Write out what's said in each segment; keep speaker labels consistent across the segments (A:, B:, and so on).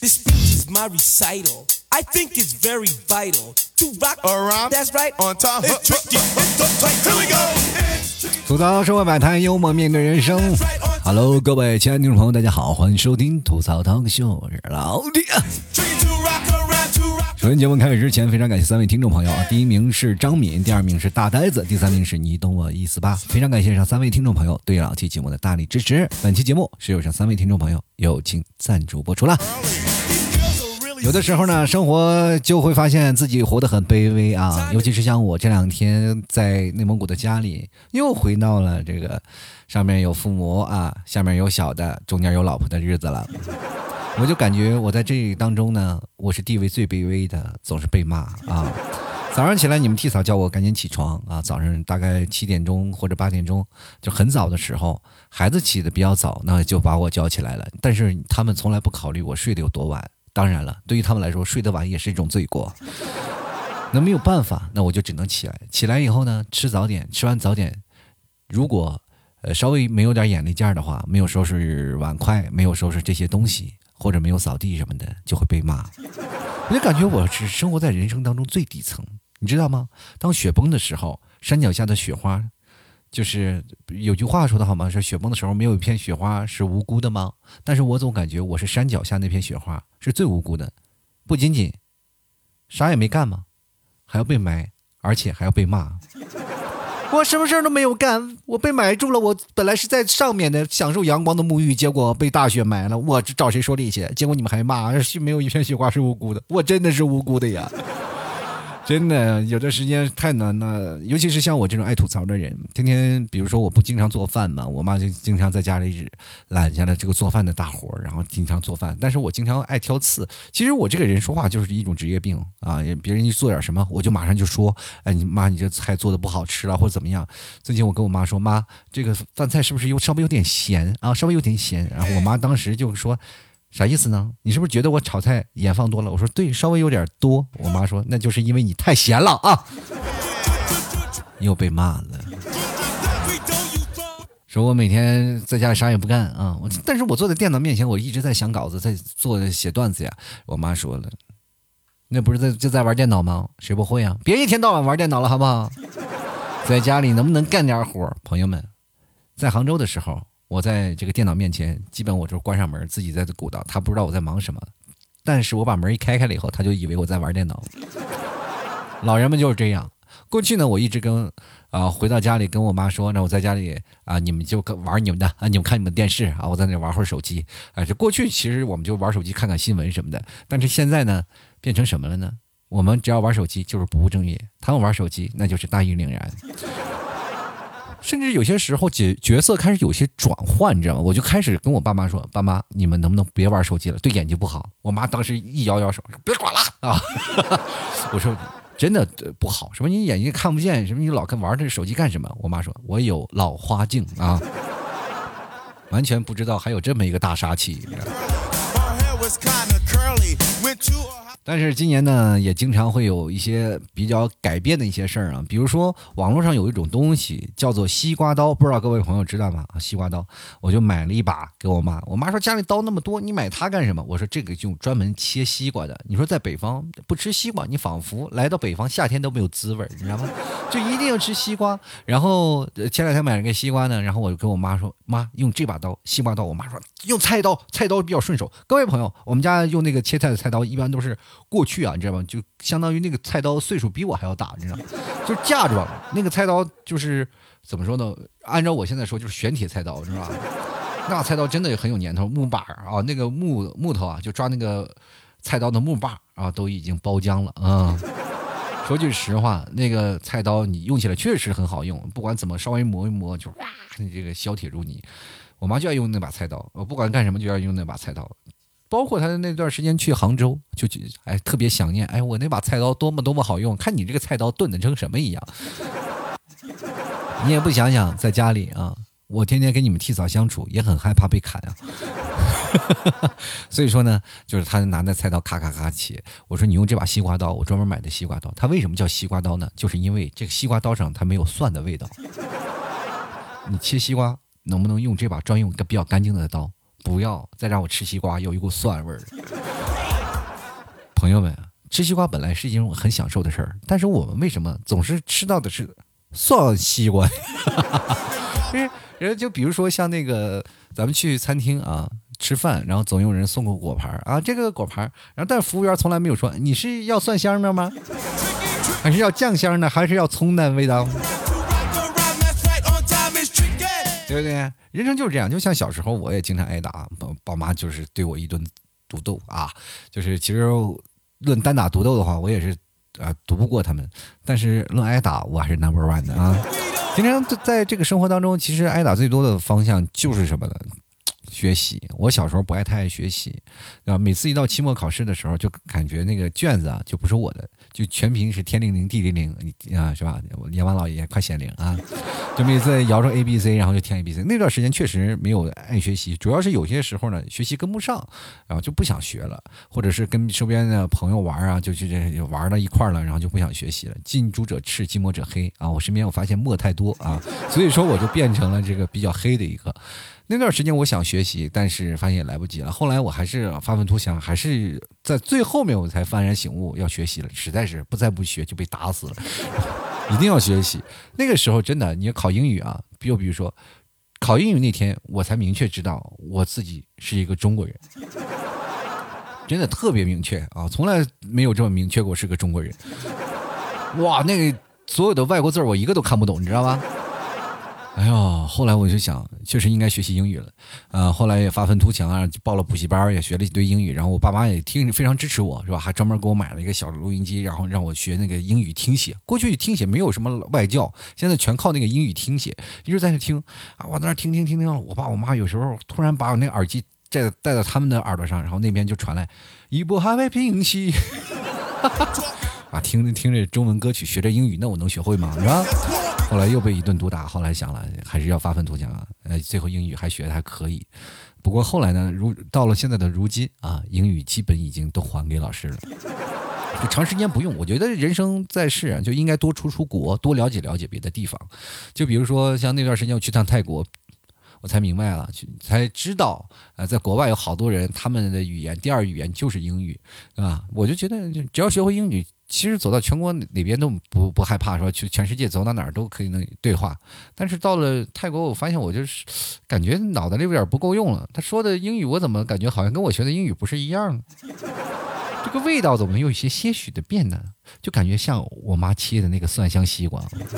A: This speech is my recital. I think it's very vital to rock around. That's right. On time. It's tricky. It's so tight. Here we go.
B: 吐槽社会百态，幽默面对人生。Hello， 各位亲爱的听众朋友，大家好，欢迎收听吐槽堂秀，我是老弟。首先节目开始之前，非常感谢三位听众朋友，第一名是张敏，第二名是大呆子，第三名是你懂我意思吧。非常感谢上三位听众朋友对老 T 节目的大力支持。本期节目是由上三位听众朋友友情赞助播出了。有的时候呢，生活就会发现自己活得很卑微啊，尤其是像我这两天在内蒙古的家里，又回到了这个上面有父母啊，下面有小的，中间有老婆的日子了。我就感觉我在这当中呢，我是地位最卑微的，总是被骂啊。早上起来你们替嫂叫我赶紧起床啊，早上大概7点钟或者8点钟，就很早的时候，孩子起得比较早，那就把我叫起来了。但是他们从来不考虑我睡得有多晚。当然了，对于他们来说，睡得晚也是一种罪过。那没有办法，那我就只能起来。起来以后呢，吃早点，吃完早点，如果稍微没有点眼力劲儿的话，没有收拾碗筷，没有收拾这些东西，或者没有扫地什么的，就会被骂。我就感觉我是生活在人生当中最底层，你知道吗？当雪崩的时候，山脚下的雪花，就是有句话说的好吗？是雪崩的时候没有一片雪花是无辜的吗？但是我总感觉我是山脚下那片雪花是最无辜的，不仅仅啥也没干嘛，还要被埋，而且还要被骂。我什么事都没有干，我被埋住了。我本来是在上面的享受阳光的沐浴，结果被大雪埋了。我找谁说理去？结果你们还骂，没有一片雪花是无辜的。我真的是无辜的呀。真的有的时间太难了，尤其是像我这种爱吐槽的人，天天比如说我不经常做饭嘛，我妈就经常在家里揽下了这个做饭的大活，然后经常做饭，但是我经常爱挑刺。其实我这个人说话就是一种职业病啊，别人一做点什么我就马上就说，哎，你妈你这菜做的不好吃了或者怎么样。最近我跟我妈说，妈这个饭菜是不是稍微有点咸啊，稍微有点咸，然后我妈当时就说啥意思呢？你是不是觉得我炒菜盐放多了？我说对，稍微有点多。我妈说那就是因为你太咸了啊，又被骂了。说我每天在家啥也不干啊，但是我坐在电脑面前，我一直在想稿子，在做写段子呀。我妈说了，那不是就在玩电脑吗？谁不会啊？别一天到晚玩电脑了好不好？在家里能不能干点活？朋友们，在杭州的时候，我在这个电脑面前，基本我就关上门，自己在这鼓捣，他不知道我在忙什么。但是我把门一开了以后，他就以为我在玩电脑。老人们就是这样。过去呢，我一直回到家里跟我妈说，那我在家里啊，你们就玩你们的啊，你们看你们的电视啊，我在那玩会儿手机啊。这过去其实我们就玩手机看看新闻什么的，但是现在呢，变成什么了呢？我们只要玩手机就是不务正业，他们玩手机那就是大义凛然。甚至有些时候角色开始有些转换，你知道吗？我就开始跟我爸妈说，爸妈你们能不能别玩手机了，对眼睛不好。我妈当时一摇摇手，别管了啊。我说真的不好，什么你眼睛看不见，什么你老玩这手机干什么？我妈说我有老花镜啊。完全不知道还有这么一个大杀器。但是今年呢，也经常会有一些比较改变的一些事儿啊，比如说网络上有一种东西叫做西瓜刀，不知道各位朋友知道吗？西瓜刀，我就买了一把给我妈。我妈说家里刀那么多，你买它干什么？我说这个就专门切西瓜的。你说在北方不吃西瓜，你仿佛来到北方夏天都没有滋味，你知道吗？就一定要吃西瓜。然后前两天买了个西瓜呢，然后我就跟我妈说，妈用这把刀，西瓜刀。我妈说用菜刀，菜刀比较顺手。各位朋友，我们家用那个切菜的菜刀一般都是过去啊，你知道吗？就相当于那个菜刀岁数比我还要大，你知道吗？就是架着那个菜刀，就是怎么说呢？按照我现在说，就是玄铁菜刀，是吧？那菜刀真的很有年头，木把啊，那个木头啊，就抓那个菜刀的木把啊，都已经包浆了啊。说句实话，那个菜刀你用起来确实很好用，不管怎么稍微磨一磨，就哇，这个削铁如泥。我妈就爱用那把菜刀，我不管干什么就要用那把菜刀。包括他那段时间去杭州，就特别想念，我那把菜刀多么好用，看你这个菜刀钝得成什么一样。你也不想想在家里啊，我天天跟你们替嫂相处，也很害怕被砍啊。所以说呢，就是他拿那菜刀咔咔咔切。我说你用这把西瓜刀，我专门买的西瓜刀。它为什么叫西瓜刀呢？就是因为这个西瓜刀上它没有蒜的味道。你切西瓜能不能用这把专用比较干净的刀？不要再让我吃西瓜有一股蒜味儿。 朋友们，吃西瓜本来是一种很享受的事儿，但是我们为什么总是吃到的是蒜西瓜？人就比如说像那个咱们去餐厅啊吃饭，然后总有人送个果盘啊，这个果盘，然后但是服务员从来没有说你是要蒜香的吗？还是要酱香的，还是要葱的味道？对不对？人生就是这样，就像小时候我也经常挨打，爸妈就是对我一顿毒斗啊，就是其实论单打独斗的话，我也是赌不过他们，但是论挨打我还是 number one 的啊。经常在这个生活当中，其实挨打最多的方向就是什么呢？学习。我小时候不太爱学习，每次一到期末考试的时候，就感觉那个卷子啊就不是我的，就全凭是天灵灵地灵灵啊，是吧？阎王老爷快显灵啊！就每次摇着 ABC， 然后就填 ABC。那段时间确实没有爱学习，主要是有些时候呢学习跟不上，然后就不想学了，或者是跟周边的朋友玩啊，就去玩到一块了，然后就不想学习了。近朱者赤，近墨者黑啊！我身边我发现墨太多啊，所以说我就变成了这个比较黑的一个。那段时间我想学习，但是发现也来不及了。后来我还是发愤图强，还是在最后面我才幡然醒悟要学习了。实在是再不学就被打死了，一定要学习。那个时候真的，你考英语啊，比如说考英语那天，我才明确知道我自己是一个中国人，真的特别明确啊，从来没有这么明确过是个中国人。哇，那个所有的外国字我一个都看不懂，你知道吗？哎呦，后来我就想，确实应该学习英语了，后来也发愤图强啊，报了补习班，也学了一堆英语，然后我爸妈也非常支持我，是吧？还专门给我买了一个小录音机，然后让我学那个英语听写。过去听写没有什么外教，现在全靠那个英语听写，一直在那听啊，我在那听，我爸我妈有时候突然把我那个耳机戴到他们的耳朵上，然后那边就传来一波还未平息，啊，听着中文歌曲学着英语，那我能学会吗？是吧？后来又被一顿毒打，后来想了还是要发愤图强啊，最后英语还学的还可以。不过后来呢，到了现在的如今啊，英语基本已经都还给老师了，就长时间不用。我觉得人生在世啊，就应该多出国，多了解了解别的地方。就比如说像那段时间我去趟泰国，我才明白了，才知道在国外有好多人他们的语言第二语言就是英语啊。我就觉得只要学会英语，其实走到全国哪边都不害怕，说去全世界走到哪儿都可以能对话。但是到了泰国，我发现我就是感觉脑袋里有点不够用了。他说的英语我怎么感觉好像跟我学的英语不是一样的？这个味道怎么有一些许的变呢？就感觉像我妈切的那个蒜香西瓜。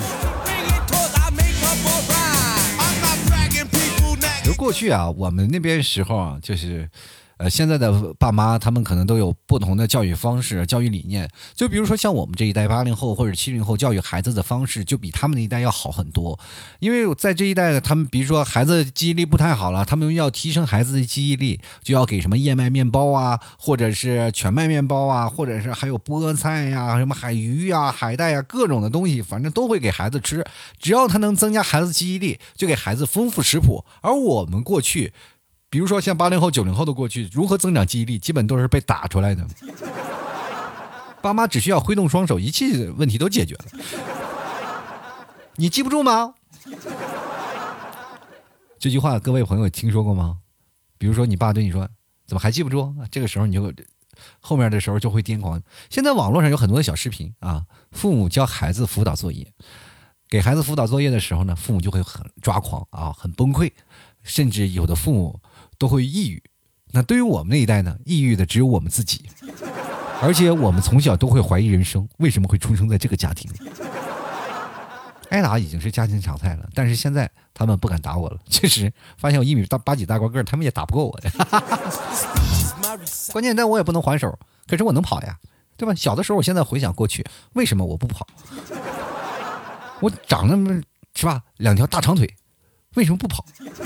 B: 而过去啊，我们那边时候啊，就是现在的爸妈他们可能都有不同的教育方式、教育理念。就比如说像我们这一代80后或者70后教育孩子的方式，就比他们那一代要好很多。因为在这一代，他们比如说孩子记忆力不太好了，他们要提升孩子的记忆力，就要给什么燕麦面包啊，或者是全麦面包啊，或者是还有菠菜呀、什么海鱼呀、海带呀，各种的东西，反正都会给孩子吃。只要他能增加孩子记忆力，就给孩子丰富食谱。而我们过去，比如说像80后、90后的过去，如何增长记忆力，基本都是被打出来的。爸妈只需要挥动双手，一切问题都解决了。你记不住吗？这句话各位朋友听说过吗？比如说你爸对你说怎么还记不住，这个时候你就后面的时候就会癫狂。现在网络上有很多的小视频啊，父母教孩子辅导作业，给孩子辅导作业的时候呢，父母就会很抓狂啊，很崩溃，甚至有的父母都会抑郁。那对于我们那一代呢，抑郁的只有我们自己，而且我们从小都会怀疑人生，为什么会出生在这个家庭里。挨打已经是家庭常态了，但是现在他们不敢打我了。确实发现我1米8几大高个，他们也打不过我的。关键但我也不能还手，可是我能跑呀，对吧？小的时候，我现在回想过去，为什么我不跑？我长那么是吧，2条大长腿，为什么不跑？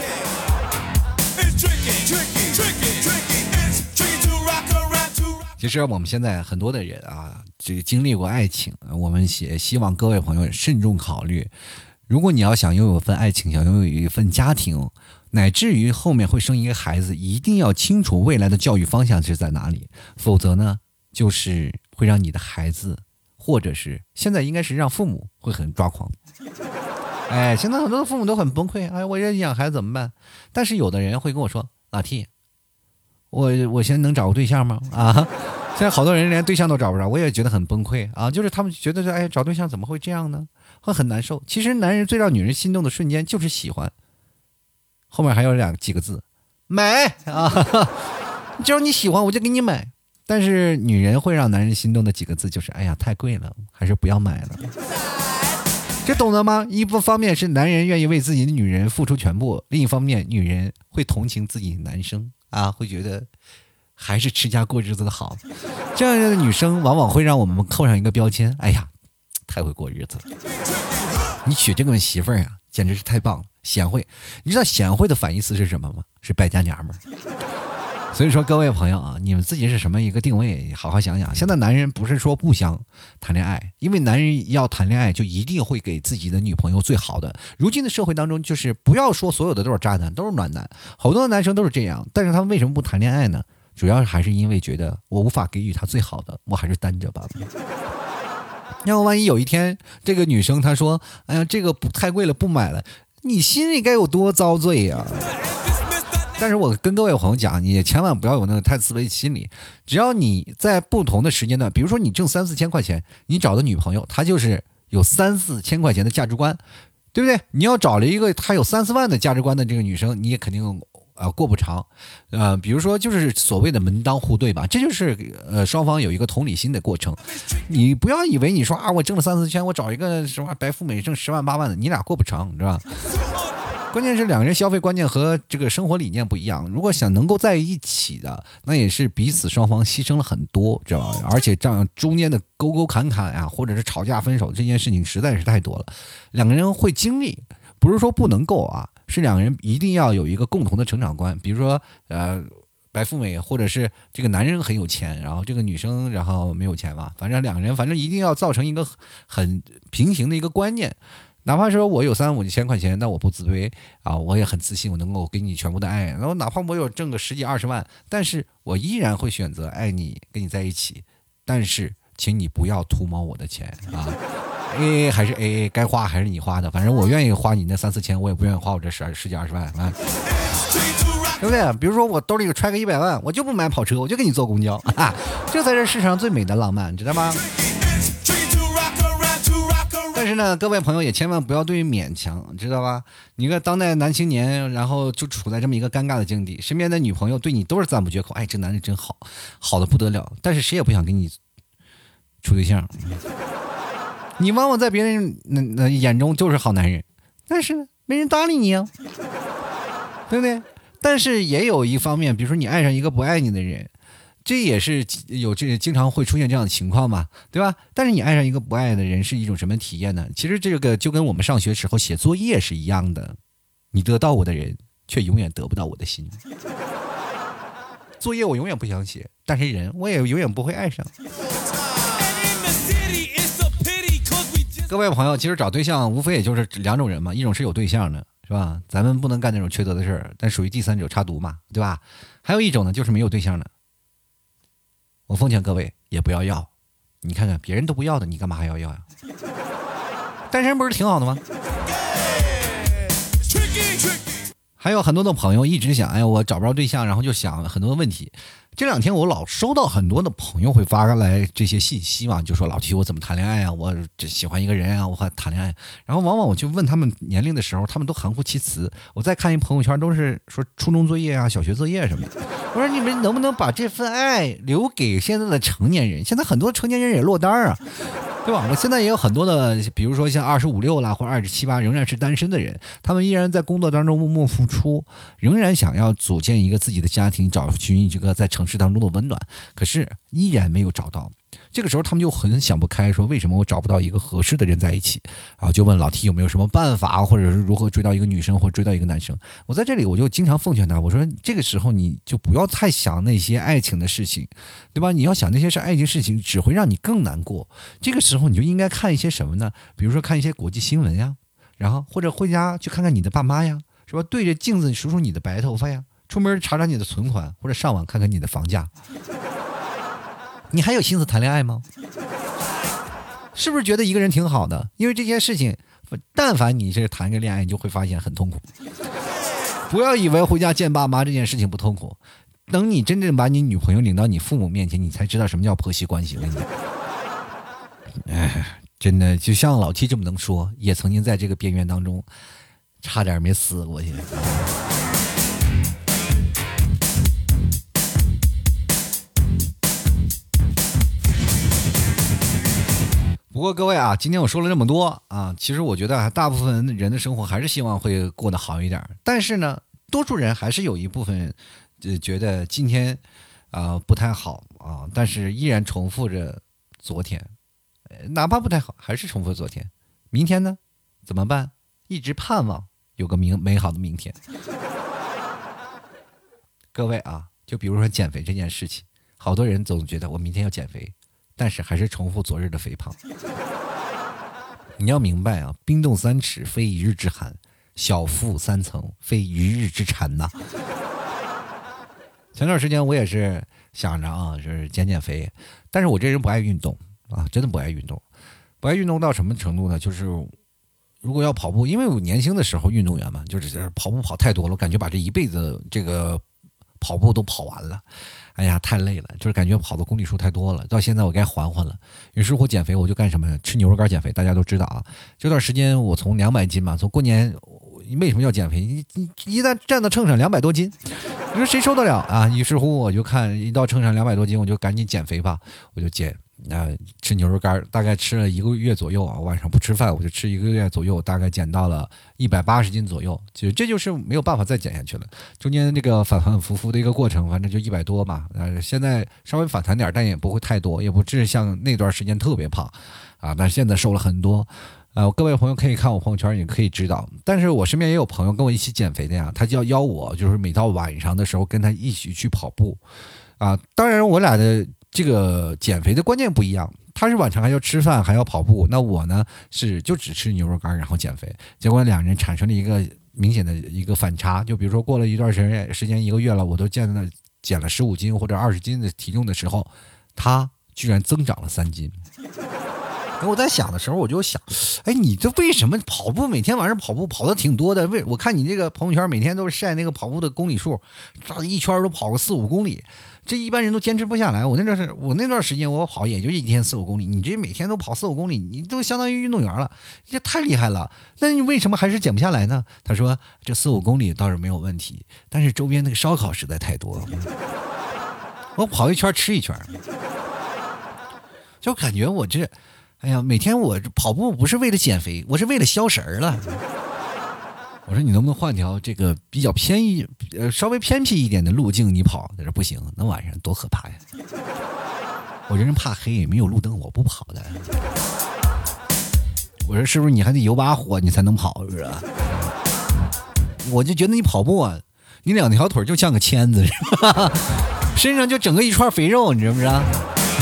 B: 其实我们现在很多的人啊，这个经历过爱情，我们也希望各位朋友慎重考虑。如果你要想拥有一份爱情，想拥有一份家庭，乃至于后面会生一个孩子，一定要清楚未来的教育方向是在哪里，否则呢，就是会让你的孩子，或者是现在应该是让父母会很抓狂。哎，现在很多的父母都很崩溃，哎，我这养孩子怎么办？但是有的人会跟我说，老 T， 我现在能找个对象吗？啊，现在好多人连对象都找不着，我也觉得很崩溃啊。就是他们觉得哎，找对象怎么会这样呢？会很难受。其实男人最让女人心动的瞬间就是喜欢，后面还有几个字，买啊，只要你喜欢我就给你买。但是女人会让男人心动的几个字就是哎呀太贵了，还是不要买了。这懂得吗？一方面是男人愿意为自己的女人付出全部，另一方面女人会同情自己的男生啊，会觉得还是持家过日子的好。这样的女生往往会让我们扣上一个标签，哎呀太会过日子了，你娶这个媳妇儿啊简直是太棒了，贤惠。你知道贤惠的反义词是什么吗？是败家娘们儿。所以说各位朋友啊，你们自己是什么一个定位，好好想想。现在男人不是说不想谈恋爱，因为男人要谈恋爱就一定会给自己的女朋友最好的。如今的社会当中，就是不要说所有的都是渣男，都是暖男，好多的男生都是这样，但是他们为什么不谈恋爱呢？主要还是因为觉得我无法给予他最好的，我还是单着吧。要万一有一天这个女生她说哎呀这个太贵了不买了，你心里该有多遭罪呀。但是我跟各位朋友讲，你也千万不要有那个太自卑心理。只要你在不同的时间段，比如说你挣3-4千块钱，你找的女朋友她就是有3-4千块钱的价值观，对不对？你要找了一个她有3-4万的价值观的这个女生，你也肯定过不长。比如说就是所谓的门当户对吧，这就是双方有一个同理心的过程。你不要以为你说啊我挣了3-4千，我找一个什么白富美挣10万8万的，你俩过不成，知道吧？关键是两个人消费观念和这个生活理念不一样，如果想能够在一起的，那也是彼此双方牺牲了很多，知道吧？而且这样中间的沟沟坎坎啊，或者是吵架分手这件事情实在是太多了，两个人会经历，不是说不能够啊，是两个人一定要有一个共同的成长观。比如说白富美，或者是这个男人很有钱，然后这个女生然后没有钱吧，反正两个人反正一定要造成一个很平行的一个观念。哪怕说我有3-5千块钱，那我不自卑啊，我也很自信，我能够给你全部的爱。然后哪怕我有挣个10几20万，但是我依然会选择爱你，跟你在一起。但是，请你不要图谋我的钱啊 ，AA 还是 AA， 该花还是你花的。反正我愿意花你那3-4千，我也不愿意花我这10几20万啊，对不对？比如说我兜里揣个100万，我就不买跑车，我就给你坐公交啊，这才是世上最美的浪漫，知道吗？但是呢，各位朋友也千万不要对于勉强，知道吧？你个当代男青年，然后就处在这么一个尴尬的境地，身边的女朋友对你都是赞不绝口，哎，这男人真好，好的不得了，但是谁也不想跟你处对象。你往往在别人眼中就是好男人，但是没人搭理你啊，对不对？但是也有一方面，比如说你爱上一个不爱你的人，这也是有经常会出现这样的情况嘛，对吧？但是你爱上一个不爱的人是一种什么体验呢？其实这个就跟我们上学时候写作业是一样的，你得到我的人，却永远得不到我的心。作业我永远不想写，但是人我也永远不会爱上。各位朋友，其实找对象无非也就是2种人嘛，一种是有对象的，是吧？咱们不能干那种缺德的事儿，但属于第三者插独嘛，对吧？还有一种呢，就是没有对象的。我奉劝各位也不要，你看看别人都不要的，你干嘛还要呀？单身不是挺好的吗？还有很多的朋友一直想，哎呀，我找不着对象，然后就想很多的问题。这2天我老收到很多的朋友会发来这些信息嘛，就说老T我怎么谈恋爱啊？我只喜欢一个人啊，我还谈恋爱。然后往往我就问他们年龄的时候，他们都含糊其辞。我再看一朋友圈都是说初中作业啊、小学作业什么的。我说你们能不能把这份爱留给现在的成年人？现在很多成年人也落单啊。对吧？我现在也有很多的，比如说像25、6啦，或者27、8仍然是单身的人，他们依然在工作当中默默付出，仍然想要组建一个自己的家庭，找寻这个在城市当中的温暖，可是依然没有找到。这个时候他们就很想不开，说为什么我找不到一个合适的人在一起，然后就问老 T 有没有什么办法，或者是如何追到一个女生或者追到一个男生。我在这里我就经常奉劝他，我说这个时候你就不要太想那些爱情的事情，对吧？你要想那些是爱情事情只会让你更难过。这个时候你就应该看一些什么呢？比如说看一些国际新闻呀，然后或者回家去看看你的爸妈呀，是吧？对着镜子数数你的白头发呀，出门查查你的存款，或者上网看看你的房价。你还有心思谈恋爱吗？是不是觉得一个人挺好的？因为这件事情，但凡你是谈个恋爱，你就会发现很痛苦。不要以为回家见爸妈这件事情不痛苦， 等你真正把你女朋友领到你父母面前，你才知道什么叫婆媳关系了。哎，真的就像老 T 这么能说，也曾经在这个边缘当中差点没死过去。不过各位啊，今天我说了这么多啊，其实我觉得大部分人的生活还是希望会过得好一点，但是呢，多数人还是有一部分觉得今天不太好啊，但是依然重复着昨天，哪怕不太好，还是重复昨天。明天呢，怎么办？一直盼望有个美好的明天。各位啊，就比如说减肥这件事情，好多人总觉得我明天要减肥，但是还是重复昨日的肥胖。你要明白啊，冰冻3尺非一日之寒，小腹3层非一日之馋呐。前段时间我也是想着啊，就是减肥，但是我这人不爱运动啊，真的不爱运动。不爱运动到什么程度呢？就是如果要跑步，因为我年轻的时候运动员嘛，就是跑步跑太多了，我感觉把这一辈子这个跑步都跑完了。哎呀，太累了，就是感觉跑的公里数太多了，到现在我该缓缓了。于是我减肥，我就干什么？吃牛肉干减肥。大家都知道啊，这段时间我从200斤嘛，从过年为什么要减肥？你一旦站到秤上200多斤，你说谁受得了啊？于是乎我就看一到秤上200多斤，我就赶紧减肥吧，我就减。吃牛肉干，大概吃了1个月左右啊，晚上不吃饭，我就吃1个月左右，大概减到了180斤左右。其实这就是没有办法再减下去了，中间这个反反复复的一个过程，反正就100多嘛。现在稍微反弹点，但也不会太多，也不至于像那段时间特别胖啊。但是现在瘦了很多。各位朋友可以看我朋友圈，也可以知道。但是我身边也有朋友跟我一起减肥的呀，他就要邀我，就是每到晚上的时候跟他一起去跑步啊。当然我俩的这个减肥的观念不一样，他是晚上还要吃饭还要跑步，那我呢是就只吃牛肉干然后减肥，结果两人产生了一个明显的一个反差。就比如说过了一段时间1个月了，我都减了15斤或者20斤的体重的时候，他居然增长了3斤。我在想的时候，我就想，哎，你这为什么跑步每天晚上跑步跑的挺多的？我看你这个朋友圈每天都是晒那个跑步的公里数，一圈都跑个4-5公里，这一般人都坚持不下来。我那段时间我跑也就一天4-5公里，你这每天都跑4-5公里，你都相当于运动员了，这太厉害了。那你为什么还是减不下来呢？他说这4-5公里倒是没有问题，但是周边那个烧烤实在太多了，我跑一圈吃一圈，就感觉我这。哎呀，每天我跑步不是为了减肥，我是为了消食儿了。我说你能不能换条这个比较稍微偏僻一点的路径你跑？他说不行，那晚上多可怕呀！我这人怕黑，没有路灯我不跑的。我说是不是你还得有把火你才能跑，是吧？我就觉得你跑步啊，你2条腿就像个签子，是吧？身上就整个一串肥肉，你知不知道？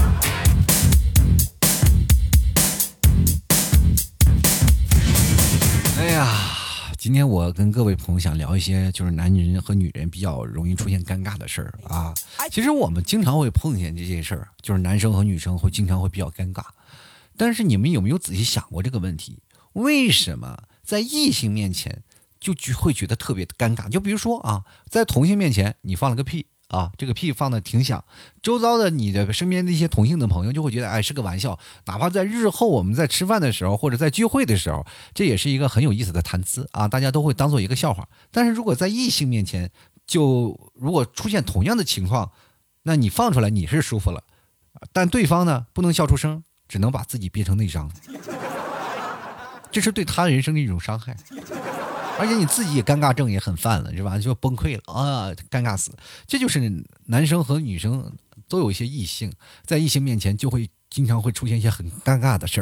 B: 哎呀，今天我跟各位朋友想聊一些就是男人和女人比较容易出现尴尬的事儿啊。其实我们经常会碰见这些事儿，就是男生和女生会经常会比较尴尬。但是你们有没有仔细想过这个问题？为什么在异性面前就会觉得特别的尴尬？就比如说啊，在同性面前你放了个屁啊，这个屁放的挺响，周遭的你的身边的一些同性的朋友就会觉得，哎，是个玩笑。哪怕在日后我们在吃饭的时候或者在聚会的时候，这也是一个很有意思的谈资啊，大家都会当做一个笑话。但是如果在异性面前，如果出现同样的情况，那你放出来你是舒服了，但对方呢不能笑出声，只能把自己憋成内伤，这是对他人生的一种伤害。而且你自己也尴尬症也很犯了，是吧？就崩溃了啊，尴尬死。这就是男生和女生都有一些异性，在异性面前就会经常会出现一些很尴尬的事儿。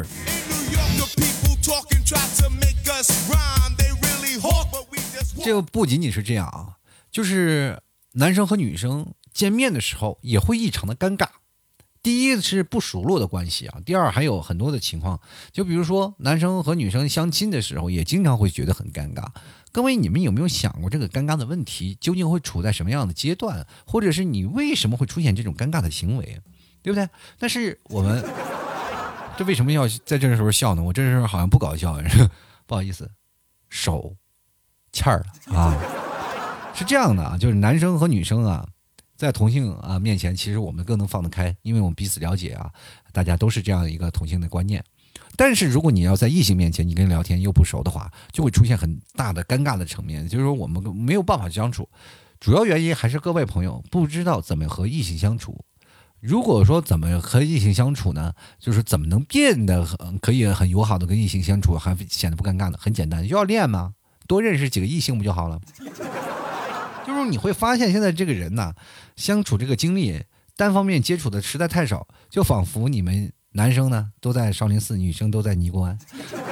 B: 这不仅仅是这样啊，就是男生和女生见面的时候也会异常的尴尬。第一是不熟络的关系啊，第二还有很多的情况，就比如说男生和女生相亲的时候也经常会觉得很尴尬。各位你们有没有想过这个尴尬的问题究竟会处在什么样的阶段，或者是你为什么会出现这种尴尬的行为，对不对？但是我们这为什么要在这时候笑呢？我这时候好像不搞笑，不好意思，手欠儿了啊。是这样的啊，就是男生和女生啊在同性面前，其实我们更能放得开，因为我们彼此了解大家都是这样一个同性的观念。但是如果你要在异性面前，你跟聊天又不熟的话，就会出现很大的尴尬的层面，就是说我们没有办法相处。主要原因还是各位朋友不知道怎么和异性相处。如果说怎么和异性相处呢，就是怎么能变得可以很友好的跟异性相处，还显得不尴尬呢？很简单，就要练嘛，多认识几个异性不就好了？就是你会发现现在这个人呢，相处这个经历单方面接触的实在太少，就仿佛你们男生呢都在少林寺，女生都在尼姑庵。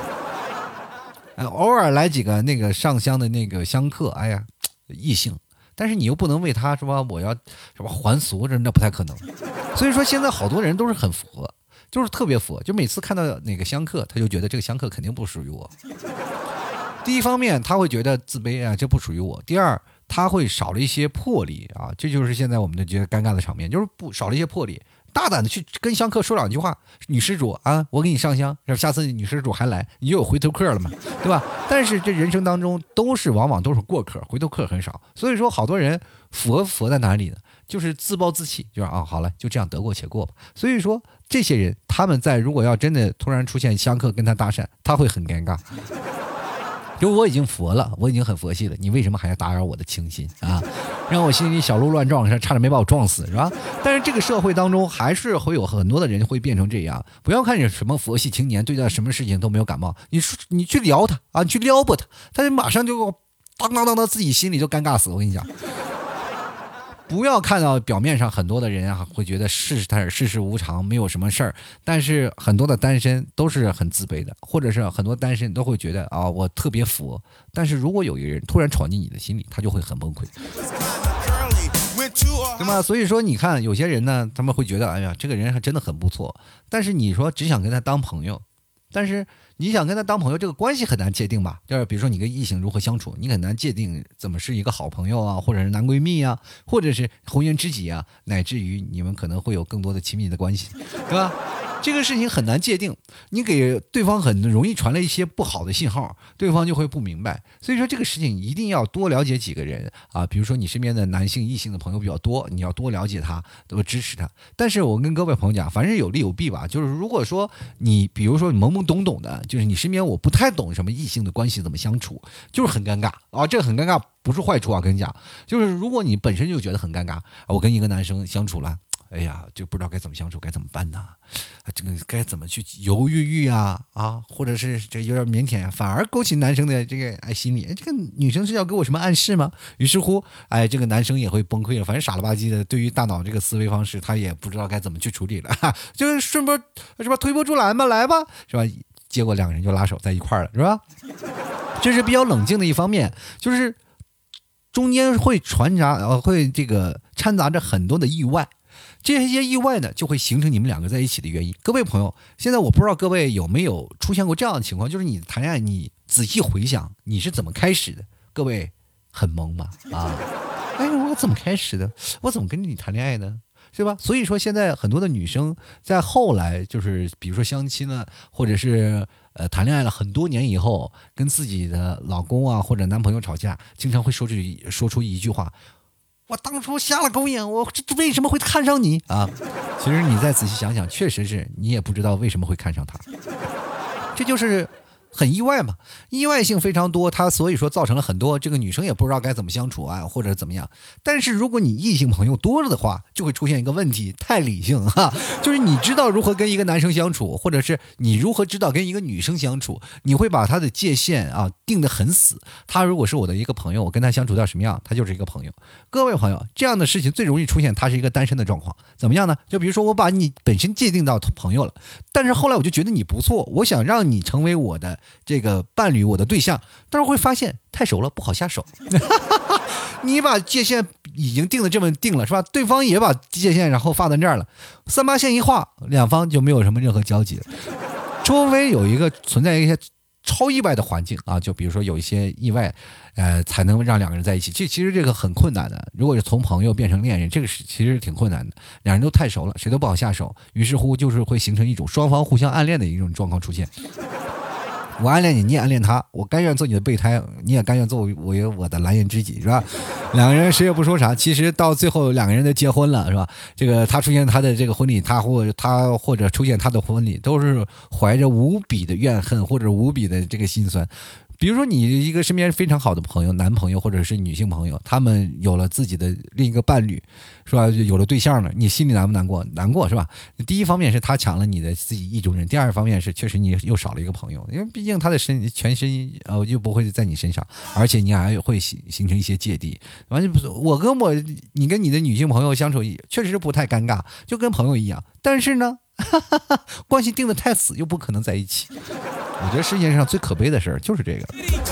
B: 偶尔来几个那个上香的那个香客，哎呀，异性，但是你又不能为他说我要什么还俗，那不太可能。所以说现在好多人都是很佛，就是特别佛，就每次看到哪个香客，他就觉得这个香客肯定不属于我。第一方面他会觉得自卑这不属于我。第二，他会少了一些魄力这就是现在我们的觉得尴尬的场面，就是少了一些魄力。大胆的去跟香客说两句话，女施主我给你上香，下次女施主还来，你就有回头客了嘛，对吧？但是这人生当中往往都是过客，回头客很少。所以说好多人佛在哪里呢？就是自暴自弃，就是好了，就这样得过且过吧。所以说这些人他们在如果要真的突然出现香客跟他搭讪，他会很尴尬。就我已经佛了，我已经很佛系了，你为什么还要打扰我的清心让我心里小鹿乱撞，差点没把我撞死，是吧？但是这个社会当中还是会有很多的人会变成这样。不要看你什么佛系青年，对待什么事情都没有感冒，你去撩他你去撩拨他，他就马上就当当自己心里就尴尬死。我跟你讲，不要看到表面上很多的人会觉得世事无常，没有什么事儿，但是很多的单身都是很自卑的，或者是很多单身都会觉得我特别佛，但是如果有一个人突然闯进你的心里，他就会很崩溃，对吗？所以说你看有些人呢，他们会觉得哎呀这个人还真的很不错，但是你说只想跟他当朋友，但是你想跟他当朋友，这个关系很难界定吧？就是比如说你跟异性如何相处，你很难界定怎么是一个好朋友或者是男闺蜜或者是红颜知己乃至于你们可能会有更多的亲密的关系，对吧？这个事情很难界定，你给对方很容易传了一些不好的信号，对方就会不明白。所以说这个事情一定要多了解几个人比如说你身边的男性异性的朋友比较多，你要多了解他，多支持他。但是我跟各位朋友讲，凡是有利有弊吧，就是如果说你比如说你懵懵懂懂的，就是你身边我不太懂什么异性的关系怎么相处，就是很尴尬这个很尴尬不是坏处跟你讲，就是如果你本身就觉得很尴尬我跟一个男生相处了，哎呀，就不知道该怎么相处，该怎么办呢？这个该怎么去犹豫或者是这有点腼腆反而勾起男生的这个心里，这个女生是要给我什么暗示吗？于是乎，这个男生也会崩溃了，反正傻了吧唧的，对于大脑这个思维方式，他也不知道该怎么去处理了，就是顺波是吧？推波助澜吧，来吧，是吧？结果两个人就拉手在一块了，是吧？这是比较冷静的一方面，就是中间会会这个掺杂着很多的意外。这些意外呢，就会形成你们两个在一起的原因。各位朋友，现在我不知道各位有没有出现过这样的情况，就是你谈恋爱，你仔细回想你是怎么开始的？各位很懵吗？我怎么开始的？我怎么跟你谈恋爱呢？是吧？所以说现在很多的女生在后来就是比如说相亲呢，或者是谈恋爱了很多年以后，跟自己的老公或者男朋友吵架，经常会说出一句话，我当初瞎了狗眼，我为什么会看上你其实你再仔细想想，确实是你也不知道为什么会看上他，这就是很意外嘛，意外性非常多，它所以说造成了很多这个女生也不知道该怎么相处或者怎么样。但是如果你异性朋友多了的话，就会出现一个问题，太理性就是你知道如何跟一个男生相处，或者是你如何知道跟一个女生相处，你会把他的界限定得很死。他如果是我的一个朋友，我跟他相处到什么样，他就是一个朋友。各位朋友，这样的事情最容易出现他是一个单身的状况。怎么样呢？就比如说我把你本身界定到朋友了，但是后来我就觉得你不错，我想让你成为我的这个伴侣，我的对象，但是会发现太熟了不好下手你把界限已经定的这么定了，是吧？对方也把界限然后放在这儿了，三八线一画，两方就没有什么任何交集了，除非有一个存在一些超意外的环境就比如说有一些意外才能让两个人在一起，其实这个很困难的。如果是从朋友变成恋人，这个其实挺困难的，两人都太熟了，谁都不好下手，于是乎就是会形成一种双方互相暗恋的一种状况出现。 我暗恋你，你也暗恋他，我甘愿做你的备胎，你也甘愿做我的蓝颜知己，是吧？两个人谁也不说啥，其实到最后两个人都结婚了，是吧？这个他出现他的这个婚礼，他或者出现他的婚礼，都是怀着无比的怨恨或者无比的这个心酸。比如说你一个身边非常好的朋友，男朋友或者是女性朋友，他们有了自己的另一个伴侣，是吧？有了对象了，你心里难不难过？难过是吧？第一方面是他抢了你的自己意中人，第二方面是确实你又少了一个朋友，因为毕竟他的全身又不会在你身上，而且你还会形成一些芥蒂。完全不是你跟你的女性朋友相处确实不太尴尬，就跟朋友一样，但是呢关系定得太死，又不可能在一起。我觉得世界上最可悲的事儿就是这个。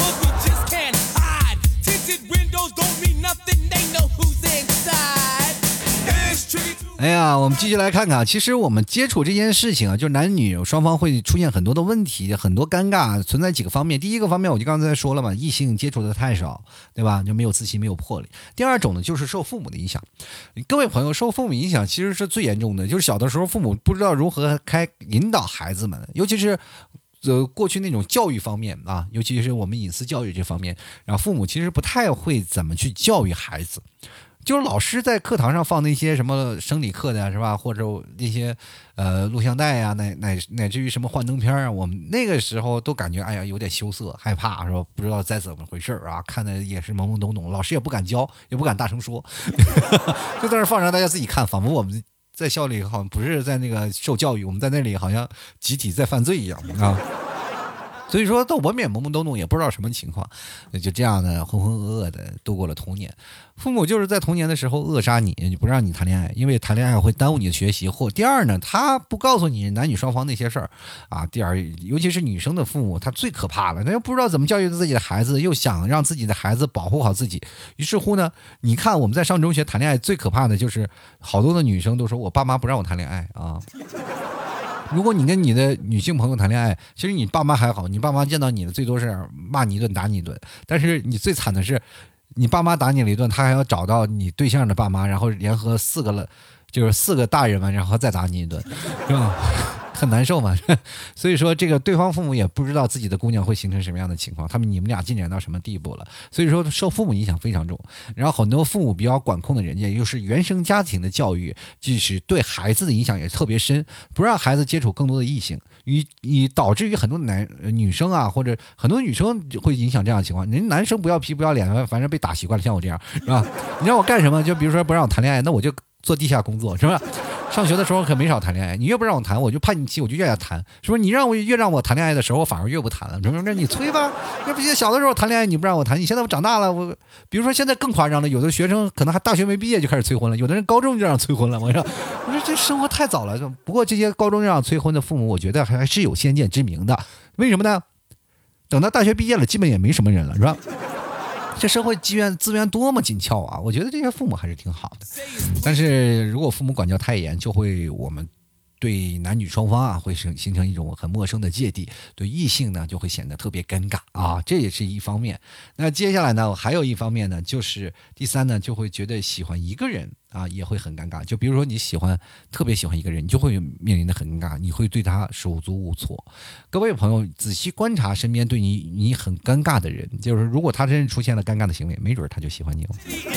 B: 哎呀，我们继续来看看，其实我们接触这件事情啊，就男女双方会出现很多的问题，很多尴尬，存在几个方面。第一个方面，我就刚才说了嘛，异性接触的太少，对吧？就没有自信，没有魄力。第二种呢，就是受父母的影响。各位朋友，受父母影响其实是最严重的，就是小的时候父母不知道如何引导孩子们，尤其是过去那种教育方面啊，尤其是我们隐私教育这方面，然后父母其实不太会怎么去教育孩子。就是老师在课堂上放那些什么生理课的是吧，或者那些录像带啊，乃至于什么幻灯片啊，我们那个时候都感觉哎呀有点羞涩害怕，是吧？不知道再怎么回事啊，看的也是懵懵懂懂，老师也不敢教，也不敢大声说就在那放着大家自己看，仿佛我们在校里好像不是在那个受教育，我们在那里好像集体在犯罪一样啊。所以说，到我们也懵懵懂懂，也不知道什么情况，就这样的浑浑噩噩的度过了童年。父母就是在童年的时候扼杀你，不让你谈恋爱，因为谈恋爱会耽误你的学习。或第二呢，他不告诉你男女双方那些事儿啊。第二，尤其是女生的父母，他最可怕了，他又不知道怎么教育自己的孩子，又想让自己的孩子保护好自己。于是乎呢，你看我们在上中学谈恋爱，最可怕的就是好多的女生都说我爸妈不让我谈恋爱啊。如果你跟你的女性朋友谈恋爱，其实你爸妈还好，你爸妈见到你的最多是骂你一顿打你一顿，但是你最惨的是你爸妈打你了一顿，他还要找到你对象的爸妈，然后联合四个大人们，然后再打你一顿，是吧？很难受嘛。所以说这个对方父母也不知道自己的姑娘会形成什么样的情况，你们俩进展到什么地步了。所以说受父母影响非常重，然后很多父母比较管控的人家，又是原生家庭的教育，就是对孩子的影响也特别深，不让孩子接触更多的异性，导致于很多女生啊，或者很多女生会影响这样的情况。人男生不要皮不要脸，反正被打习惯了，像我这样是吧？你让我干什么？就比如说不让我谈恋爱，那我就做地下工作，是吧？上学的时候可没少谈恋爱，你越不让我谈，我就叛逆期，我就越要谈，是不是？你越让我谈恋爱的时候，我反而越不谈了，是不是？你催吧，要不小的时候谈恋爱你不让我谈，你现在我长大了，比如说现在更夸张了，有的学生可能还大学没毕业就开始催婚了，有的人高中就让催婚了，我说这生活太早了。不过这些高中让催婚的父母，我觉得还是有先见之明的，为什么呢？等到大学毕业了，基本也没什么人了，是吧？这社会资源多么紧俏啊！我觉得这些父母还是挺好的，但是如果父母管教太严，就会我们对男女双方啊会形成一种很陌生的芥蒂，对异性呢就会显得特别尴尬啊，这也是一方面。那接下来呢，还有一方面呢，就是第三呢，就会觉得喜欢一个人啊也会很尴尬。就比如说你特别喜欢一个人，你就会面临的很尴尬，你会对他手足无措。各位朋友仔细观察身边对你很尴尬的人，就是如果他真是出现了尴尬的行为，没准他就喜欢你了。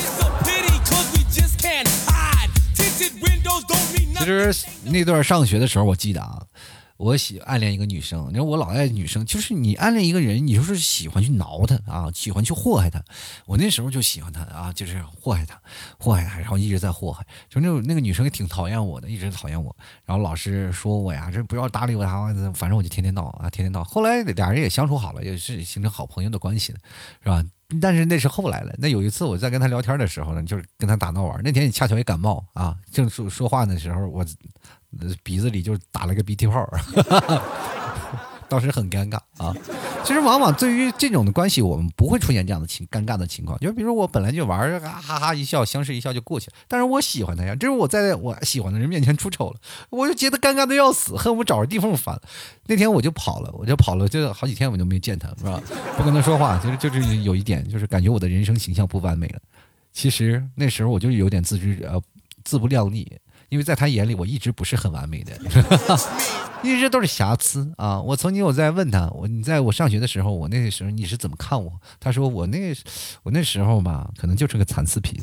B: 其实那段上学的时候，我记得啊，我暗恋一个女生，你说我老爱女生，就是你暗恋一个人，你就是喜欢去挠她啊，喜欢去祸害她。我那时候就喜欢她啊，就是祸害她，然后一直在祸害。就那个女生也挺讨厌我的，一直讨厌我。然后老师说我呀，这不要搭理我她，反正我就天天闹啊，天天闹。后来俩人也相处好了，也是形成好朋友的关系了，是吧？但是那是后来了。那有一次我在跟他聊天的时候呢，就是跟他打闹玩。那天恰巧也感冒啊，正说话的时候，我鼻子里就打了个鼻涕泡，当时很尴尬啊。其实往往对于这种的关系，我们不会出现这样的尴尬的情况。就比如我本来就玩，哈哈一笑，相视一笑就过去了。但是我喜欢他呀，这是我在我喜欢的人面前出丑了，我就觉得尴尬的要死，恨不得找着地缝翻。那天我就跑了，就好几天我就没见他，是吧？不跟他说话，就是有一点，就是感觉我的人生形象不完美了。其实那时候我就有点自不量力。 因为在他眼里我一直不是很完美的，一直都是瑕疵啊。我曾经有在问他，你在我上学的时候，我那时候你是怎么看我？他说我那时候吧，可能就是个残次品。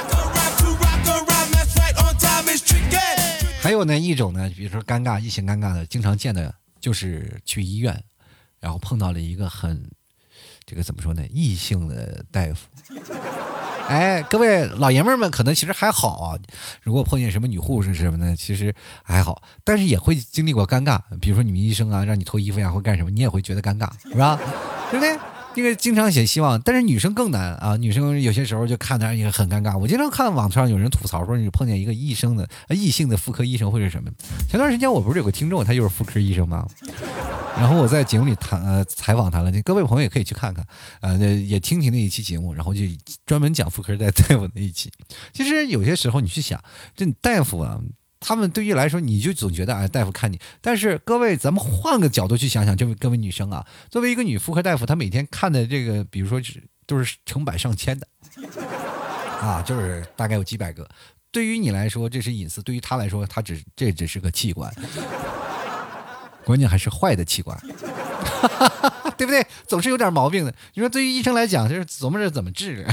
B: 还有呢一种呢，比如说尴尬，异性尴尬的，经常见的就是去医院，然后碰到了一个很这个怎么说呢，异性的大夫。哎，各位老爷们们可能其实还好啊，如果碰见什么女护士什么的，其实还好，但是也会经历过尴尬。比如说你们医生啊，让你脱衣服呀，或干什么，你也会觉得尴尬，是吧？对不对？这个经常写希望，但是女生更难啊！女生有些时候就看着也很尴尬。我经常看网上有人吐槽说，你碰见一个异性的妇科医生或者什么。前段时间我不是有个听众，他就是妇科医生吗？然后我在节目里采访他了，各位朋友也可以去看看，也听听那一期节目，然后就专门讲妇科大夫那一期。其实有些时候你去想，这大夫啊，他们对于来说，你就总觉得哎，大夫看你。但是各位，咱们换个角度去想想，各位女生啊，作为一个女妇科大夫，她每天看的这个，比如说都是成百上千的啊，就是大概有几百个。对于你来说这是隐私，对于她来说，这只是个器官。关键还是坏的器官，对不对？总是有点毛病的。你说对于医生来讲，就是琢磨着怎么治。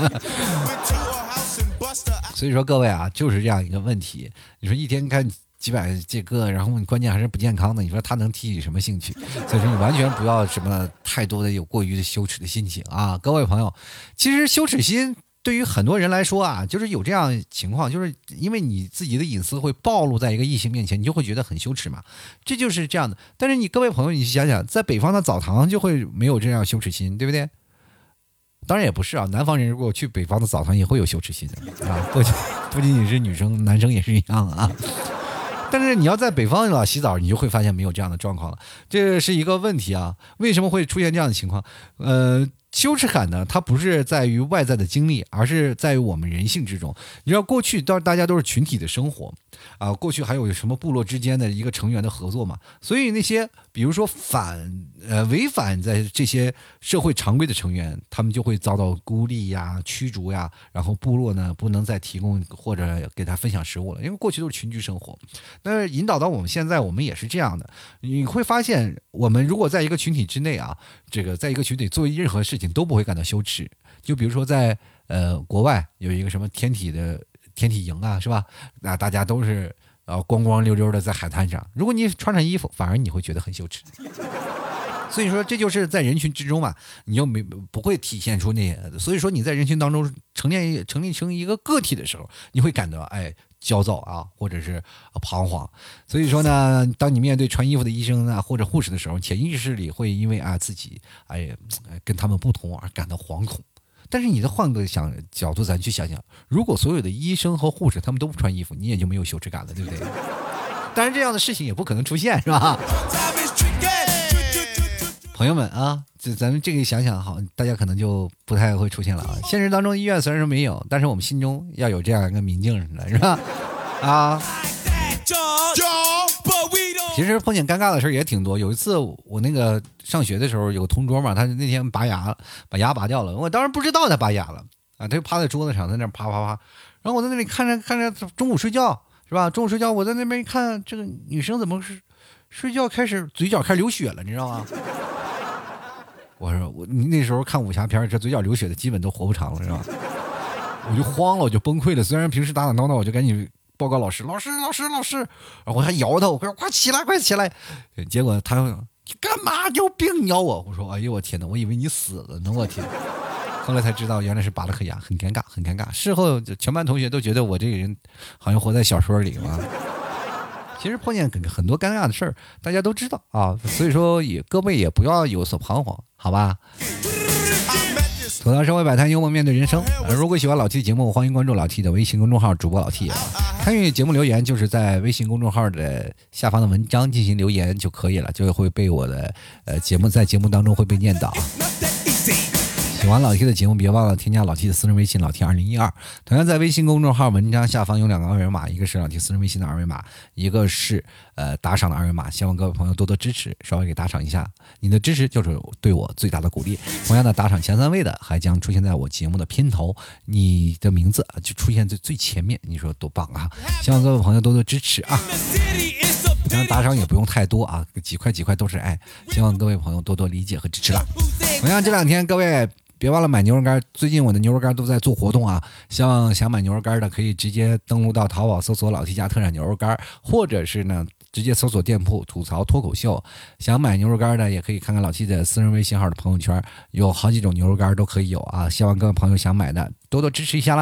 B: 所以说各位啊，就是这样一个问题。你说一天看几百这个，然后关键还是不健康的，你说他能提起什么兴趣？所以说你完全不要什么太多的有过于的羞耻的心情啊，各位朋友。其实羞耻心对于很多人来说啊，就是有这样情况，就是因为你自己的隐私会暴露在一个异性面前，你就会觉得很羞耻嘛，这就是这样的。但是你各位朋友，你想想，在北方的澡堂就会没有这样羞耻心，对不对？当然也不是啊，南方人如果去北方的澡堂也会有羞耻心的啊，不仅仅是女生，男生也是一样啊。但是你要在北方老洗澡，你就会发现没有这样的状况了，这是一个问题啊。为什么会出现这样的情况？羞耻感呢，它不是在于外在的经历，而是在于我们人性之中。你知道过去大家都是群体的生活啊，过去还有什么部落之间的一个成员的合作嘛，所以那些比如说违反在这些社会常规的成员，他们就会遭到孤立呀、驱逐呀，然后部落呢不能再提供或者给他分享食物了，因为过去都是群居生活。那引导到我们现在，我们也是这样的。你会发现，我们如果在一个群体之内啊，这个在一个群体做任何事情都不会感到羞耻。就比如说在国外有一个什么天体营啊，是吧？那大家都是光光溜溜的在海滩上，如果你穿上衣服，反而你会觉得很羞耻。所以说这就是在人群之中嘛，你就不会体现出那些。所以说你在人群当中成立成一个个体的时候，你会感到焦躁啊，或者是彷徨。所以说呢，当你面对穿衣服的医生啊或者护士的时候，潜意识里会因为自己跟他们不同而感到惶恐。但是你再换个角度，咱去想想，如果所有的医生和护士他们都不穿衣服，你也就没有羞耻感了，对不对？当然这样的事情也不可能出现，是吧？朋友们啊，咱们这个想想好，大家可能就不太会出现了啊。现实当中医院虽然说没有，但是我们心中要有这样一个明镜的，是吧？啊，其实碰见尴尬的事也挺多。有一次我那个上学的时候，有个同桌嘛，他那天拔牙，把牙拔掉了，我当时不知道他拔牙了啊，他就趴在桌子上，在那啪啪啪，然后我在那里看着中午睡觉是吧？中午睡觉，我在那边一看，这个女生怎么是睡觉开始嘴角开始流血了，你知道吗？我说你那时候看武侠片，这嘴角流血的基本都活不长了，是吧？我就慌了，我就崩溃了。虽然平时打打闹闹，我就赶紧报告老师，然后我还摇他，我说快起来！结果他你干嘛？你有病？你咬我！我说哎呦我天哪，我以为你死了呢，我天！后来才知道原来是拔了颗牙，很尴尬。事后全班同学都觉得我这个人好像活在小说里嘛。其实碰见很多尴尬的事儿，大家都知道啊，所以说各位也不要有所彷徨，好吧？吐槽社会百态，幽默面对人生。如果喜欢老 T 的节目，欢迎关注老 T 的微信公众号主播老 T 啊。参与节目留言就是在微信公众号的下方的文章进行留言就可以了，就会被我的节目当中会被念到。 喜欢老 T 的节目，别忘了添加老 T 的私人微信老 T2012。同样在微信公众号文章下方有2个二维码，一个是老 T 私人微信的二维码，一个是打赏的二维码。希望各位朋友多多支持，稍微给打赏一下，你的支持就是对我最大的鼓励。同样的，打赏前3位的还将出现在我节目的片头，你的名字就出现在最前面，你说多棒啊！希望各位朋友多多支持啊！当然打赏也不用太多啊，几块都是爱，希望各位朋友多多理解和支持了。同样这2天各位别忘了买牛肉干，最近我的牛肉干都在做活动啊，希望想买牛肉干的可以直接登录到淘宝搜索老 T 家特产牛肉干，或者是呢直接搜索店铺吐槽脱口秀。想买牛肉干的也可以看看老 T 的私人微信号的朋友圈，有好几种牛肉干都可以有啊，希望各位朋友想买的多多支持一下啦。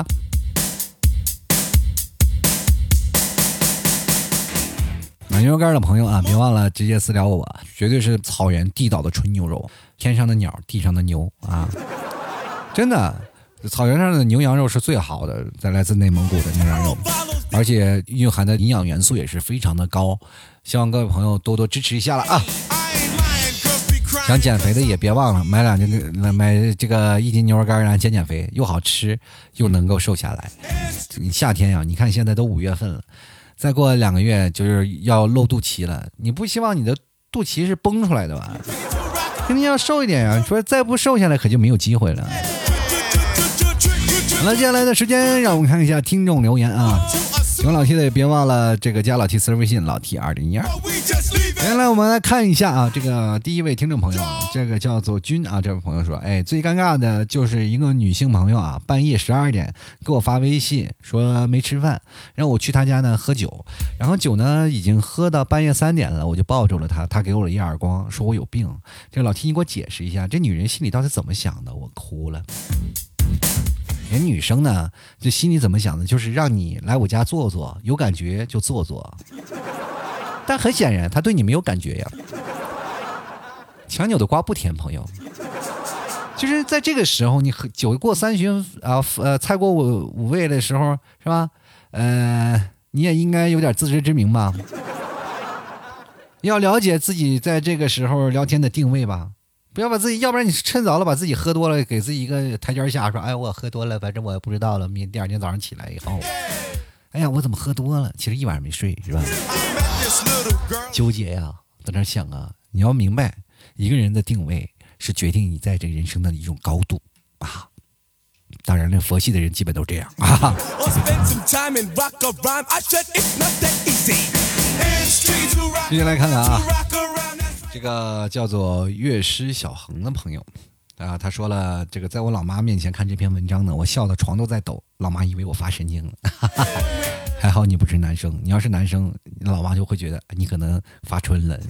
B: 买牛肉干的朋友啊，别忘了直接私聊我，绝对是草原地道的纯牛肉，天上的鸟，地上的牛啊！真的，草原上的牛羊肉是最好的，来自内蒙古的牛羊肉，而且蕴含的营养元素也是非常的高，希望各位朋友多多支持一下了啊！想减肥的也别忘了买这个1斤牛肉干让减肥，又好吃又能够瘦下来。夏天呀，你看现在都5月份了。再过2个月就是要露肚脐了，你不希望你的肚脐是崩出来的吧？肯定要瘦一点呀，说再不瘦下来可就没有机会了。好了，接下来的时间让我们看一下听众留言啊。喜欢老 T 的也别忘了这个加老 T 私人微信老 T2012。原来我们来看一下啊，这个第一位听众朋友，这个叫做君啊，这位朋友说，最尴尬的就是一个女性朋友啊，半夜12点给我发微信说没吃饭，让我去她家呢喝酒，然后酒呢已经喝到半夜3点了，我就抱住了她，她给我了一耳光，说我有病。这个老 T 你给我解释一下，这女人心里到底怎么想的？我哭了。人女生呢，这心里怎么想的？就是让你来我家坐坐，有感觉就坐坐。但很显然，她对你没有感觉呀。强扭的瓜不甜，朋友。就是在这个时候，你酒过3巡啊，菜过5味的时候，是吧？你也应该有点自知之明吧。要了解自己在这个时候聊天的定位吧。不要把自己，要不然你趁早了把自己喝多了，给自己一个台阶下，说我喝多了，反正我也不知道了，第2天早上起来以后，我怎么喝多了？其实一晚上没睡，是吧？纠结呀，在那想啊，你要明白，一个人的定位是决定你在这人生的一种高度啊。当然了，佛系的人基本都这样啊。接下来看看啊。这个叫做乐师小恒的朋友啊，他说了，这个在我老妈面前看这篇文章呢，我笑的床都在抖，老妈以为我发神经了。还好你不是男生，你要是男生，老妈就会觉得你可能发春了。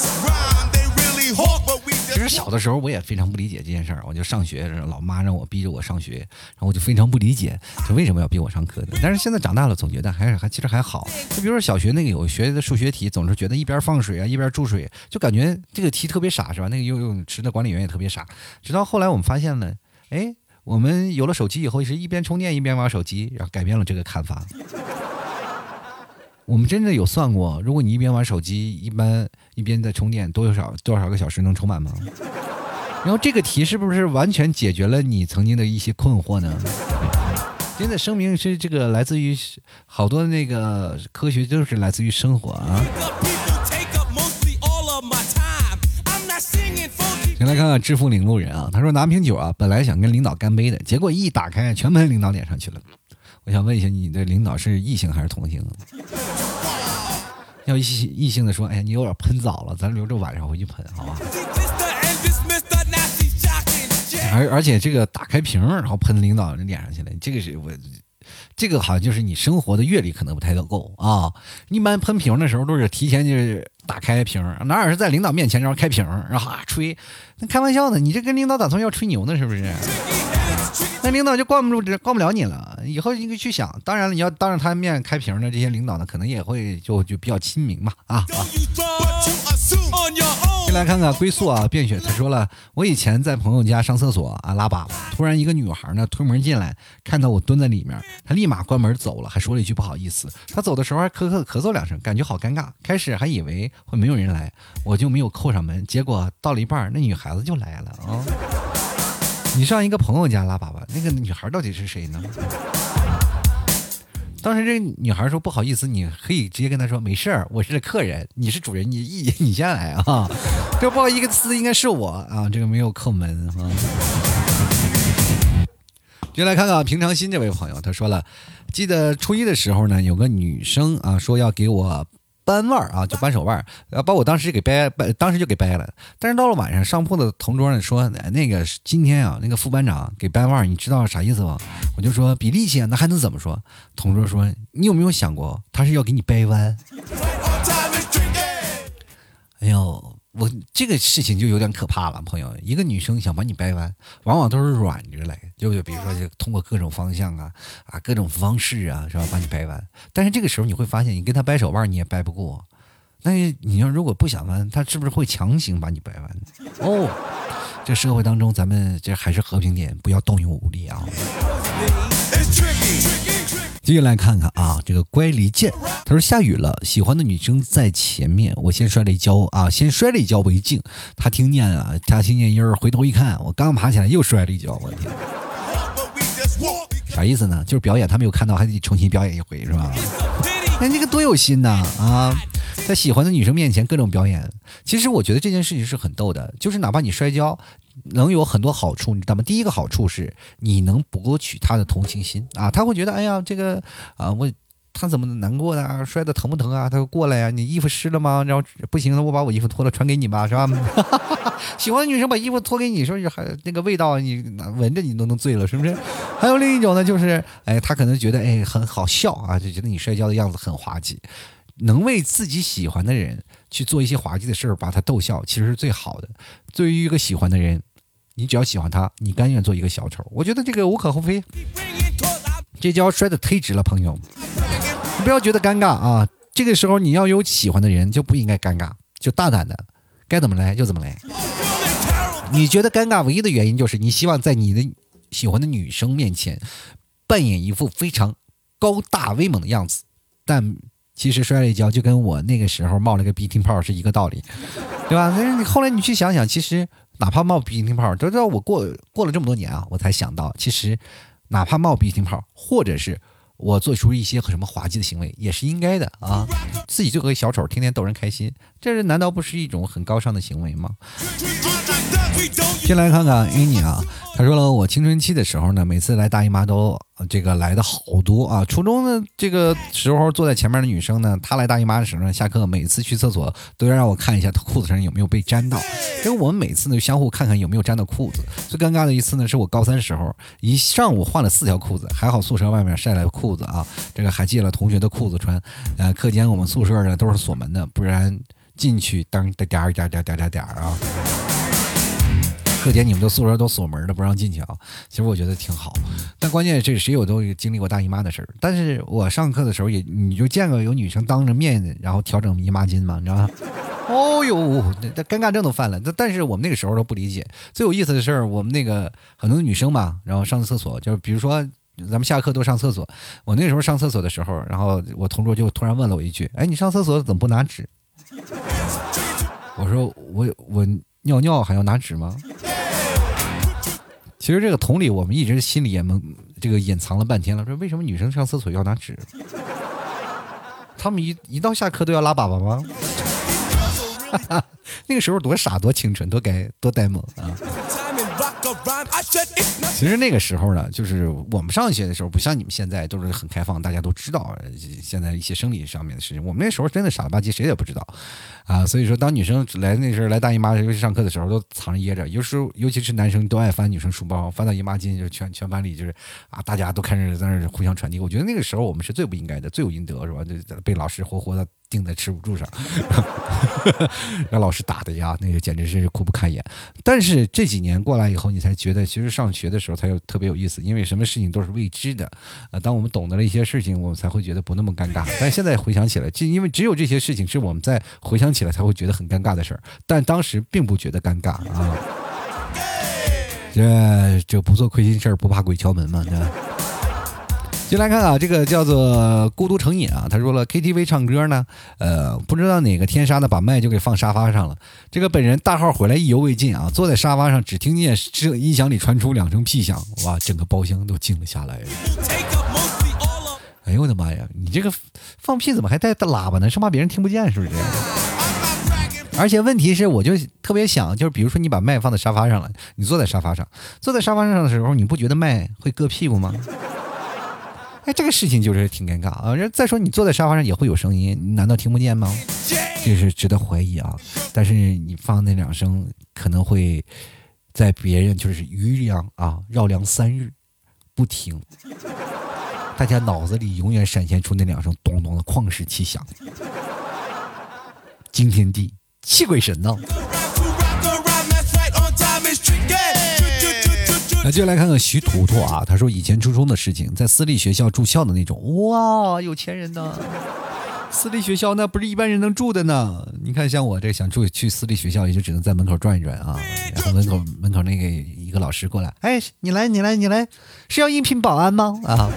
B: 其实小的时候我也非常不理解这件事儿，我就上学，老妈让我逼着我上学，然后我就非常不理解，就为什么要逼我上课的。但是现在长大了，总觉得其实还好。就比如说小学那个有学的数学题，总是觉得一边放水啊，一边注水，就感觉这个题特别傻，是吧？那个游泳池的管理员也特别傻。直到后来我们发现了，我们有了手机以后，是一边充电一边玩手机，然后改变了这个看法。我们真的有算过，如果你一边玩手机，一边在充电，多少个小时能充满吗？然后这个题是不是完全解决了你曾经的一些困惑呢？真的声明是这个来自于好多那个科学，就是来自于生活啊。先来看看致富领路人啊，他说拿瓶酒啊，本来想跟领导干杯的，结果一打开全喷领导脸上去了。我想问一下，你的领导是异性还是同性？要异性的说，你有点喷早了，咱留着晚上回去喷，好吧？而且这个打开瓶然后喷领导脸上去了，这个好像就是你生活的阅历可能不太够啊。一般喷瓶的时候都是提前就是打开瓶，哪有是在领导面前然后开瓶然后吹？那开玩笑的，你这跟领导打算要吹牛呢，是不是？那领导就惯不了你了。以后你去想，当然了，你要当着他面开瓶的这些领导呢，可能也会就比较亲民嘛啊。先来看看归宿啊，便雪他说了，我以前在朋友家上厕所啊拉粑粑，突然一个女孩呢推门进来，看到我蹲在里面，她立马关门走了，还说了一句不好意思。她走的时候还咳嗽2声，感觉好尴尬。开始还以为会没有人来，我就没有扣上门，结果到了一半，那女孩子就来了啊。 你上一个朋友家拉粑粑，那个女孩到底是谁呢？当时这个女孩说不好意思，你可以直接跟她说没事儿，我是客人，你是主人，你先来啊。这不好意思，应该是我啊，这个没有叩门啊。就来看看平常心这位朋友，他说了，记得初一的时候呢，有个女生啊说要给我扳腕啊，就扳手腕，把我当时给掰，当时就给掰了。但是到了晚上，上铺的同桌呢说，那个今天啊，那个副班长给掰腕，你知道啥意思吗？我就说比力气啊，那还能怎么说？同桌说，你有没有想过，他是要给你掰弯？哎呦，我这个事情就有点可怕了，朋友。一个女生想把你掰弯，往往都是软着来，就比如说就通过各种方向啊各种方式啊，是吧，把你掰弯。但是这个时候你会发现，你跟他掰手腕你也掰不过。那你要如果不想弯，他是不是会强行把你掰弯？哦，这社会当中咱们这还是和平点，不要动用武力啊。继续来看看啊，这个乖离剑，他说下雨了，喜欢的女生在前面，我先摔了一跤为敬，他听见音儿，回头一看，我刚爬起来又摔了一跤，我的天，啥意思呢？就是表演他没有看到，还得重新表演一回是吧？哎，这个多有心呐啊！在喜欢的女生面前各种表演，其实我觉得这件事情是很逗的，就是哪怕你摔跤能有很多好处，你知道吗？第一个好处是你能博取他的同情心啊，他会觉得哎呀这个他怎么难过的啊？摔的疼不疼啊？他会过来呀，你衣服湿了吗？然后不行了，我把我衣服脱了传给你吧，是吧？喜欢的女生把衣服脱给你，说还那个味道你闻着你都能醉了，是不是？还有另一种呢，就是他可能觉得很好笑啊，就觉得你摔跤的样子很滑稽。能为自己喜欢的人去做一些滑稽的事儿，把他逗笑，其实是最好的。对于一个喜欢的人，你只要喜欢他，你甘愿做一个小丑，我觉得这个无可厚非。这跤摔得忒直了，朋友，你不要觉得尴尬啊！这个时候你要有喜欢的人，就不应该尴尬，就大胆的，该怎么来就怎么来。你觉得尴尬唯一的原因就是你希望在你的喜欢的女生面前扮演一副非常高大威猛的样子，但其实摔了一跤就跟我那个时候冒了个鼻涕泡是一个道理，对吧？但是你后来你去想想，其实哪怕冒鼻涕泡，都知道我过了这么多年啊，我才想到，其实哪怕冒鼻涕泡，或者是我做出一些什么滑稽的行为，也是应该的啊。自己做个小丑，天天逗人开心，这难道不是一种很高尚的行为吗？先来看看 Annie 啊，他说了，我青春期的时候呢，每次来大姨妈都这个来的好多啊。初中的这个时候坐在前面的女生呢，她来大姨妈的时候呢，下课每次去厕所都要让我看一下她裤子上有没有被粘到，因为我们每次呢相互看看有没有粘到裤子。最尴尬的一次呢，是我高三时候一上午换了4条裤子，还好宿舍外面晒来裤子啊，这个还借了同学的裤子穿。课间我们宿舍呢都是锁门的，不然进去当点啊。课间你们的宿舍都锁门的，不让进去啊。其实我觉得挺好，但关键这谁有都经历过大姨妈的事儿。但是我上课的时候你就见过有女生当着面然后调整姨妈巾吗？你知道吗？哦呦，这尴尬症都犯了。但是我们那个时候都不理解。最有意思的事儿，我们那个很多女生嘛，然后上厕所，就比如说咱们下课都上厕所。我那时候上厕所的时候，然后我同桌就突然问了我一句：“哎，你上厕所怎么不拿纸？”我说：“我尿尿还要拿纸吗？”其实这个同理，我们一直心里也这个隐藏了半天了。说为什么女生上厕所要拿纸？他们一到下课都要拉粑粑吗？那个时候多傻多清纯多呆萌啊！其实那个时候呢，就是我们上学的时候，不像你们现在都是很开放，大家都知道现在一些生理上面的事情。我们那时候真的傻了吧唧，谁也不知道啊。所以说，当女生那时候来大姨妈，尤其上课的时候都藏着掖着，尤其是男生都爱翻女生书包，翻到姨妈巾就全班里就是大家都开始在那互相传递。我觉得那个时候我们是最不应该的，罪有应得是吧？就被老师活活的钉在耻辱柱上，让老师打的呀，那个简直是苦不堪言。但是这几年过来以后，你才觉得其实上学的时候才有特别有意思，因为什么事情都是未知的。当我们懂得了一些事情，我们才会觉得不那么尴尬。但现在回想起来，因为只有这些事情是我们在回想起来才会觉得很尴尬的事儿，但当时并不觉得尴尬啊。这不做亏心事儿，不怕鬼敲门嘛。 就来看啊，这个叫做孤独成瘾啊。他说了 ，KTV 唱歌呢，不知道哪个天杀的把麦就给放沙发上了。这个本人大号回来意犹未尽啊，坐在沙发上只听见这音响里传出2声屁响，哇，整个包厢都静了下来。哎呦我的妈呀，你这个放屁怎么还带喇叭呢？生怕别人听不见，是不是？而且问题是，我就特别想，就是比如说你把麦放在沙发上了，你坐在沙发上的时候，你不觉得麦会硌屁股吗？哎，这个事情就是挺尴尬啊。再说你坐在沙发上也会有声音，你难道听不见吗？这是值得怀疑啊。但是你放那2声，可能会在别人就是余粮啊绕梁3日不停，大家脑子里永远闪现出那2声咚咚的旷世奇响，惊天地泣鬼神呐。那就来看看徐图图啊，他说以前初中的事情，在私立学校住校的那种，哇，有钱人呢。私立学校那不是一般人能住的呢。你看像我这想去私立学校，也就只能在门口转一转啊。然后门口那个一个老师过来，哎，你来，是要应聘保安吗？啊，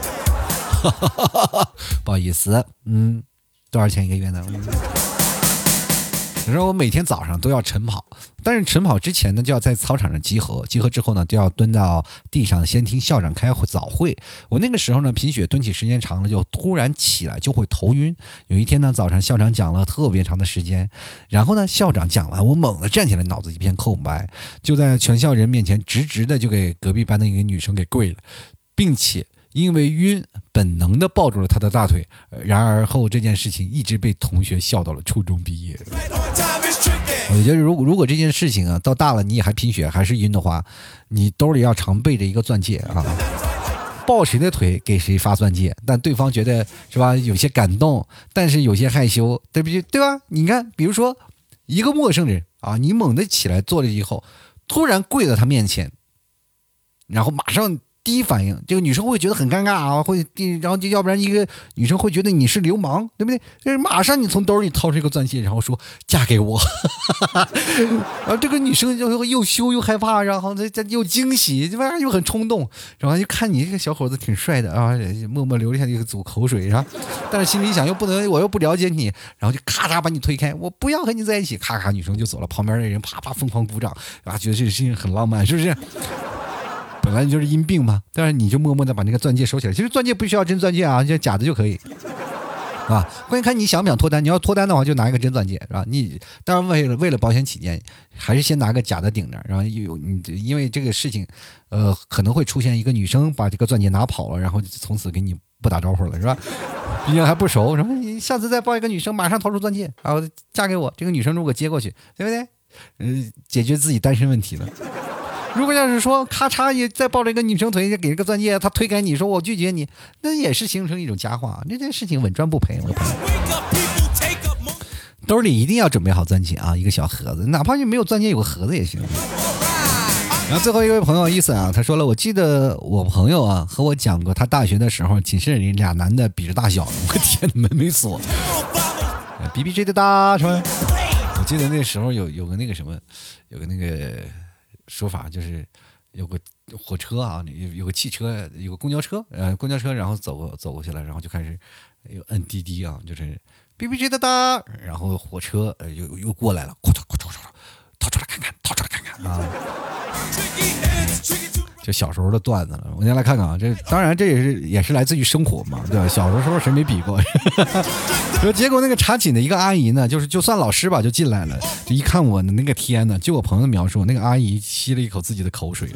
B: 不好意思，多少钱1个月呢？你说我每天早上都要晨跑，但是晨跑之前呢，就要在操场上集合之后呢，就要蹲到地上先听校长开早会。我那个时候呢，贫血蹲起时间长了，就突然起来就会头晕。有一天呢，早上校长讲了特别长的时间，然后呢，校长讲完，我猛地站起来，脑子一片空白，就在全校人面前直的就给隔壁班的一个女生给跪了，并且因为晕本能的抱住了他的大腿。然而后这件事情一直被同学笑到了初中毕业。我觉得如果这件事情啊到大了你也还贫血还是晕的话，你兜里要常备着一个钻戒啊，抱谁的腿给谁发钻戒，但对方觉得是吧有些感动，但是有些害羞，对不对？对吧？你看比如说一个陌生人啊，你猛地起来坐了以后，突然跪在他面前，然后马上第一反应，这个女生会觉得很尴尬啊，然后就要不然一个女生会觉得你是流氓，对不对？就是马上你从兜里掏出一个钻戒，然后说嫁给我，然后这个女生就又羞又害怕，然后这又惊喜，这玩意儿又很冲动，然后就看你这个小伙子挺帅的啊，默默流下一个组口水，是吧？但是心里想又不能，我又不了解你，然后就咔嚓把你推开，我不要和你在一起，咔咔女生就走了，旁边的人啪啪疯狂鼓掌啊，觉得这个事情很浪漫，是不是？本来就是因病嘛，但是你就默默的把那个钻戒收起来。其实钻戒不需要真钻戒啊，就假的就可以，啊，关键看你想不想脱单。你要脱单的话，就拿一个真钻戒，是吧？你当然为了保险起见，还是先拿个假的顶着，然后因为这个事情，可能会出现一个女生把这个钻戒拿跑了，然后从此给你不打招呼了，是吧？毕竟还不熟，什么你下次再抱一个女生，马上掏出钻戒，然后嫁给我。这个女生如果接过去，对不对？解决自己单身问题了。如果要是说咔嚓也再抱着一个女生腿给一个钻戒，他推开你说我拒绝你，那也是形成一种佳话，这件事情稳赚不赔。我的朋友兜里一定要准备好钻戒啊，一个小盒子，哪怕就没有钻戒有个盒子也行。然后最后一位朋友伊森啊，他说了，我记得我朋友啊和我讲过，他大学的时候寝室里俩男的比着大小，我天，门没锁，BBJ 的大什么？我记得那时候有个那个什么，有个那个说法，就是有个火车啊，有个汽车，有个公交车，公交车，然后走过去了，然后就开始摁滴滴啊，就是 BBJ 的哒，然后火车又过来了，哐嚓哐嚓哐嚓，掏出来看看，掏出来看看啊。这小时候的段子了，我们先来看看啊，这当然这也是来自于生活嘛，对吧？小的时候谁没比过？结果那个查寝的一个阿姨呢，就算老师吧，就进来了，这一看我的那个天呢，就我朋友描述，那个阿姨吸了一口自己的口水，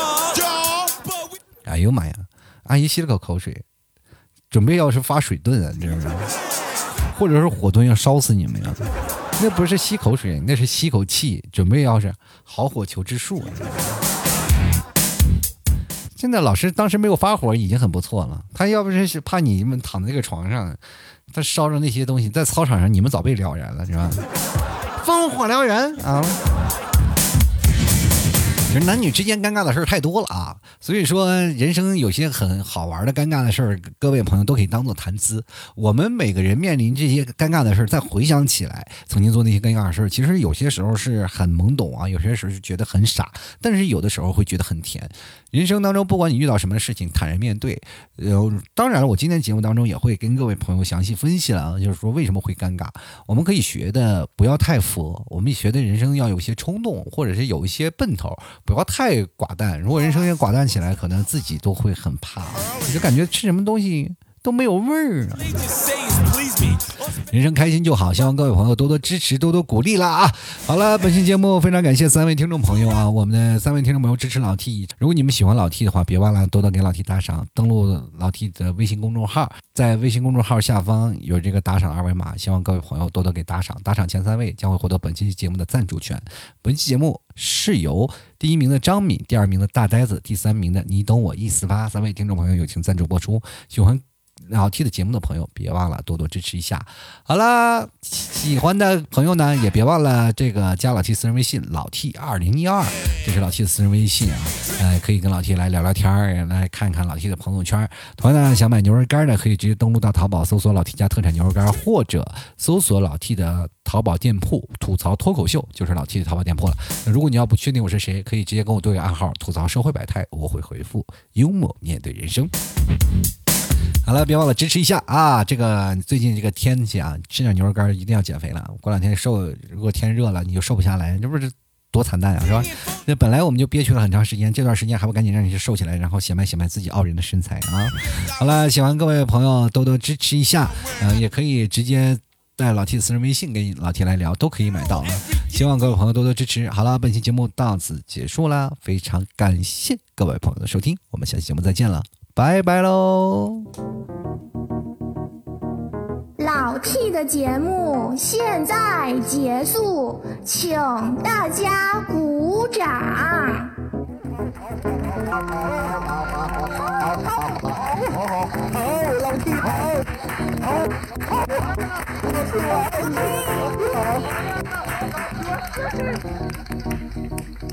B: 哎呦妈呀，阿姨吸了口水，准备要是发水遁啊，你知道吗？或者是火遁要烧死你们呀？那不是吸口水，那是吸口气，准备要是好火求之术。现在老师当时没有发火已经很不错了，他要不是怕你们躺在这个床上，他烧着那些东西，在操场上你们早被燎原了，是吧？烽火燎原啊！ 其实男女之间尴尬的事儿太多了啊，所以说人生有些很好玩的尴尬的事儿，各位朋友都可以当做谈资。我们每个人面临这些尴尬的事儿，再回想起来曾经做那些尴尬的事儿，其实有些时候是很懵懂啊，有些时候是觉得很傻，但是有的时候会觉得很甜。人生当中，不管你遇到什么事情，坦然面对。当然了，我今天节目当中也会跟各位朋友详细分析了啊，就是说为什么会尴尬。我们可以学的不要太佛，我们学的人生要有一些冲动，或者是有一些奔头，不要太寡淡。如果人生也寡淡起来，可能自己都会很怕，你就感觉吃什么东西都没有味儿啊。人生开心就好，希望各位朋友多多支持，多多鼓励啦啊！好了，本期节目非常感谢3位听众朋友啊，我们的3位听众朋友支持老 T。如果你们喜欢老 T 的话，别忘了多多给老 T 打赏，登录老 T 的微信公众号，在微信公众号下方有这个打赏二维码，希望各位朋友多多给打赏，打赏前3位将会获得本期节目的赞助权。本期节目是由第1名的张敏，第2名的大呆子，第3名的你懂我意思吧，3位听众朋友友情赞助播出。喜欢老 T 的节目的朋友别忘了多多支持一下。好了，喜欢的朋友呢也别忘了这个加老 T 私人微信老 T2012，这是老 T 的私人微信啊，可以跟老 T 来聊聊天，来看看老 T 的朋友圈。同样呢，想买牛肉干的可以直接登录到淘宝搜索老 T 家特产牛肉干，或者搜索老 T 的淘宝店铺吐槽脱口秀，就是老 T 的淘宝店铺了。如果你要不确定我是谁，可以直接跟我对个暗号吐槽社会百态，我会回复幽默面对人生。好了，别忘了支持一下啊！这个最近这个天气啊，吃点牛肉干一定要减肥了。过2天如果天热了，你就瘦不下来，这不是多惨淡啊，是吧？那本来我们就憋屈了很长时间，这段时间还不赶紧让你瘦起来，然后显摆自己傲人的身材啊！好了，喜欢各位朋友多多支持一下，也可以直接带老 T 的私人微信跟老 T 来聊，都可以买到啊！希望各位朋友多多支持。好了，本期节目到此结束了，非常感谢各位朋友的收听，我们下期节目再见了。拜拜喽！
C: 老 T 的节目现在结束，请大家鼓掌。好，